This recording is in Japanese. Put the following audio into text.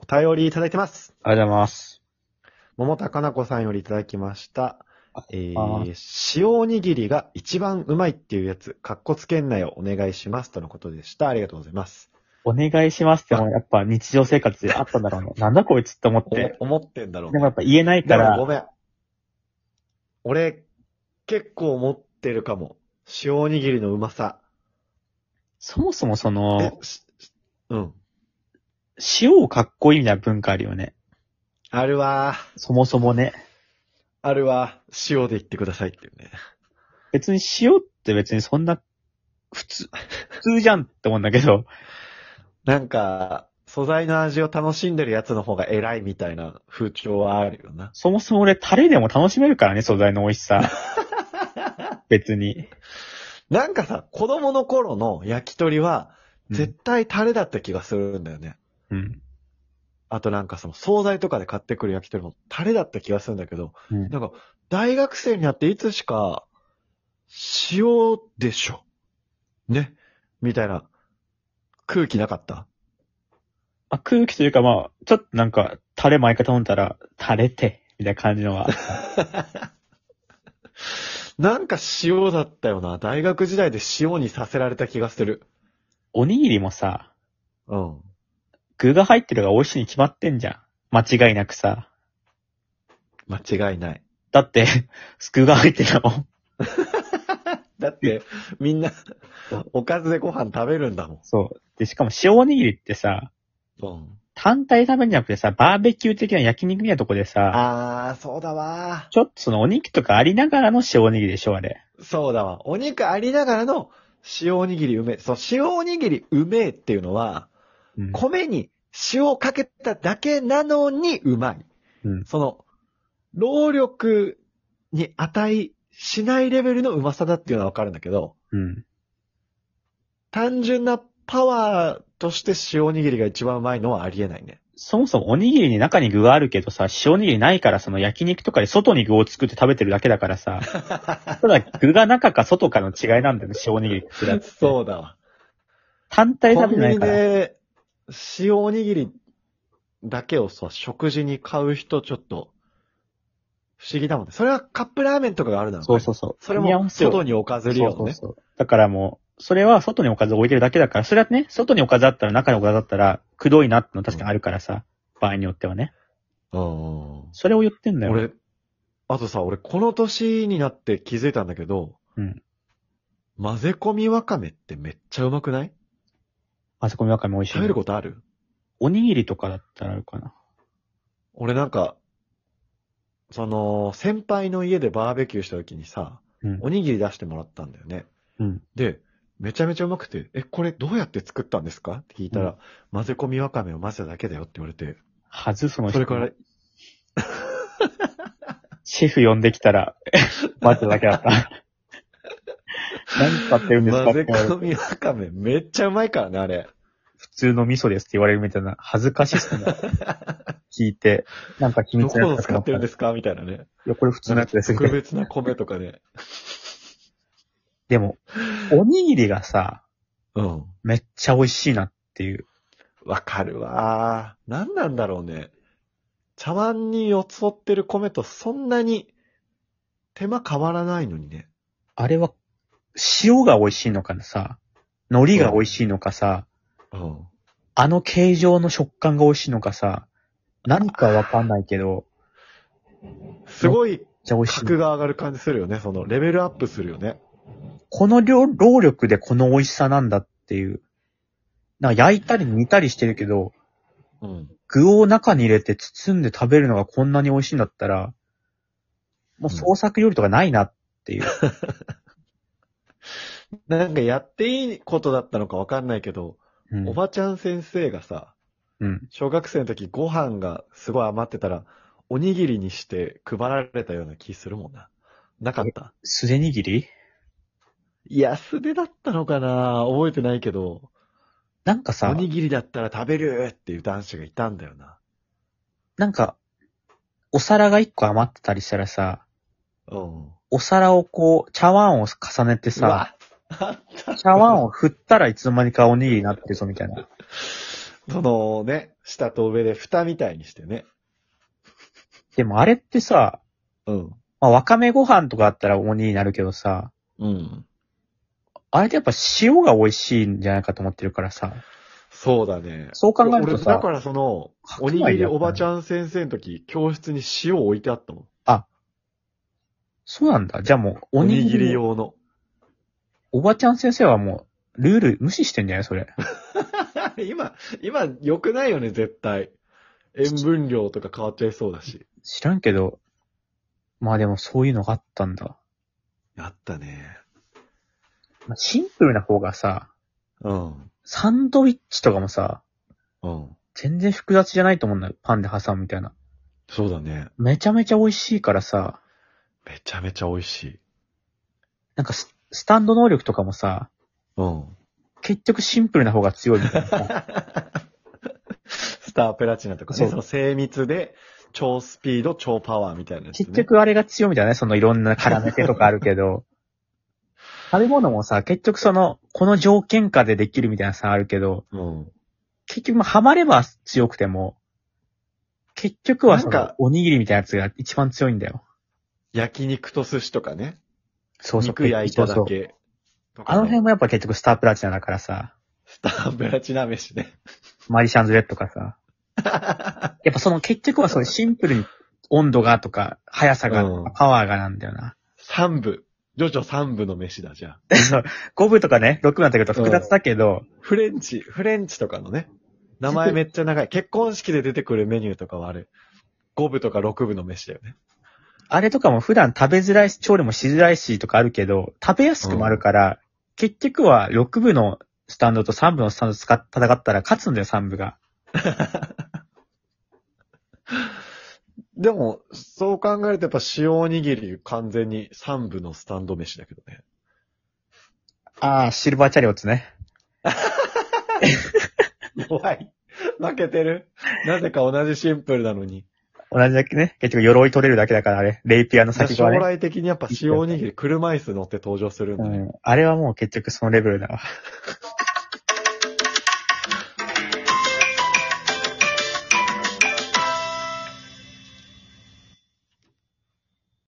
お便りいただいてます。 ありがとうございます。 桃田かな子さんよりいただきました。 あ塩おにぎりが一番うまいっていうやつ、かっこつけんなよ、お願いします。とのことでした。ありがとうございます。 お願いしますってもやっぱ日常生活であったんだろうね。なんだこいつって思って。 思ってんだろうね。 でもやっぱ言えないかでもら。 ごめん。俺、結構思ってるかも。塩おにぎりのうまさ。 そもそもうん。 塩をかっこいいみたいな文化あるよね。 あるわー。 そもそもね。 あるわー。塩で言ってくださいっていうね。 別に塩って別にそんな普通じゃんって思うんだけど。 なんか、素材の味を楽しんでるやつの方が偉いみたいな風潮はあるよな。 そもそも俺タレでも楽しめるからね、素材の美味しさ。別に。 なんかさ、子供の頃の焼き鳥は、 うん絶対タレだった気がするんだよね。 うん。 あとなんかその惣菜とかで買ってくる焼き鳥もタレだった気がするんだけど、 うん。 なんか大学生になっていつしか塩でしょねみたいな空気なかった？ 空気というかちょっとなんかタレ毎回頼んだら、タレて、みたいな感じのは。 なんか塩だったよな。大学時代で塩にさせられた気がする。 おにぎりもさ、 うん。 具が入ってるが美味しいに決まってんじゃん。間違いなくさ。 間違いない。 だって、具が入ってるもん。 だって、みんな、おかずでご飯食べるんだもん。 そう。で、しかも塩おにぎりってさ、 うん。 単体で食べるんじゃなくてさ、バーベキュー的な焼肉みたいなとこでさ、 そうだわちょっとそのお肉とかありながらの塩おにぎりでしょ、あれ。 そうだわ。お肉ありながらの塩おにぎりうめえ。そう、塩おにぎりうめえっていうのは、 うん。 米に塩をかけただけなのにうまい。 うん。 その、労力に値しないレベルのうまさだっていうのはわかるんだけど、 うん。 単純なパワーとして塩おにぎりが一番うまいのはありえないね。 そもそもおにぎりに中に具があるけどさ、塩おにぎりないからその焼肉とかで外に具を作って食べてるだけだからさ、ただ具が中か外かの違いなんだよね、塩おにぎりってだって。 そうだわ。 単体でコンビニ食べてないから。 で塩おにぎりだけをさ、食事に買う人ちょっと不思議だもんね。それはカップラーメンとかがあるだろそうそうそう。 それも外に置かず利用ね。 そうそうそう。だからもう、それは外におかず置いてるだけだから、それはね、外におかずあったら中におかずあったら、くどいなっての確かにあるからさ、場合によってはね。 うん。 それを言ってんだよ。 あとさ、俺この年になって気づいたんだけど、 うん。 混ぜ込みわかめってめっちゃうまくない？ あそこみわかめ美味しい食べることある？ おにぎりとかだったらあるかな。 俺なんか、先輩の家でバーベキューした時にさ、 うん。 おにぎり出してもらったんだよね。 うん。 で、めちゃめちゃうまくて、これどうやって作ったんですかって聞いたら、混ぜ込みわかめを混ぜただけだよって言われて、 はずその人。 それから、 シェフ呼んできたら、待つだけだった。何使ってるんですか混ぜって言われて込みわかめめっちゃうまいからね、あれ。 普通の味噌ですって言われるみたいな恥ずかしさも聞いて、なんか秘ど密なやつこの使ってるんですかみたいなね。 いや、これ普通のやつですみたいな。 特別な米とかね。 でも、おにぎりがさ、 うん。 めっちゃ美味しいなっていう。 わかるわー。何なんだろうね。茶碗によつおってる米とそんなに手間変わらないのにね。 あれは、塩が美味しいのかさ、海苔が美味しいのかさ、 うん。 あの形状の食感が美味しいのかさ、何かわかんないけど、 すごいめっちゃ美味しい。 格が上がる感じするよね。そのレベルアップするよね。 この労力でこの美味しさなんだっていう。なんか焼いたり煮たりしてるけど、 うん。 具を中に入れて包んで食べるのがこんなに美味しいんだったら、もう創作料理とかないなっていう。 なんかやっていいことだったのかわかんないけど、 うんおばちゃん先生がさ、 うん。 小学生の時ご飯がすごい余ってたら、おにぎりにして配られたような気するもんな。なかった？ 素手握りいや、素手だったのかな覚えてないけど、おなんかさ、 にぎりだったら食べるっていう男子がいたんだよな。 なんか、お皿が一個余ってたりしたらさ、 うん。 お皿をこう、茶碗を重ねてさ、 うわあった。 茶碗を振ったらいつの間にかおにぎりになってるぞみたいな。 そのね、下と上で蓋みたいにしてね。 でもあれってさ、 うん。 まあ、わかめご飯とかあったら鬼になるけどさ、 うん。 あれってやっぱ塩が美味しいんじゃないかと思ってるからさ、 そうだね。 そう考えると俺、 さだからその、おにぎりおばちゃん先生の時、教室に塩置いてあったもん。 そうなんだ。じゃあもう、 おにぎり用の。 おばちゃん先生はもう、ルール無視してんじゃないそれ。 今、良くないよね、絶対。塩分量とか変わっちゃいそうだし。 知らんけど、まあでもそういうのがあったんだ。 やったね。 まあ、シンプルな方がさ、 うん。 サンドイッチとかもさ、 うん。 全然複雑じゃないと思うんだよ。パンで挟むみたいな。 そうだね。 めちゃめちゃ美味しいからさ、 めちゃめちゃ美味しい。 なんかスタンド能力とかもさ、 うん。 結局シンプルな方が強いみたいなさ。 スタープラチナとかね、 そうその精密で、超スピード、超パワーみたいなやつ、ね。 結局あれが強いみたいなね。そのいろんな絡めてとかあるけど、食べ物もさ、結局その、この条件下でできるみたいなさあるけど、 うん。 結局ハマれば強くても、結局はそのなんか、 おにぎりみたいなやつが一番強いんだよ。 焼肉と寿司とかね。 そうそう。 肉焼いただそうそうけ。 あの辺もやっぱ結局スタープラチナだからさ、 スタープラチナ飯ね。 マリシャンズレッドとかさ、やっぱその結局はそういうシンプルに温度がとか、速さがとか、 うんパワーがなんだよな。 三部。ジョジョ三部の飯だ、じゃあ。 5部とかね、6部になってくると複雑だけど、 フレンチとかのね。名前めっちゃ長い。結婚式で出てくるメニューとかはあれ。5部とか6部の飯だよね。 あれとかも普段食べづらいし、調理もしづらいしとかあるけど、食べやすくもあるから、結局は6部のスタンドと3部のスタンド戦ったら勝つんだよ、3部が。 でも、そう考えるとやっぱ塩おにぎり完全に3部のスタンド飯だけどね。 ああ、シルバーチャリオッツね。 弱い。負けてる。なぜか同じシンプルなのに。 同じだけね、結局鎧取れるだけだからあれ、レイピアの先将がね。 来的にやっぱ塩おにぎり車椅子乗って登場するんだね。 うん。あれはもう結局そのレベルだわ。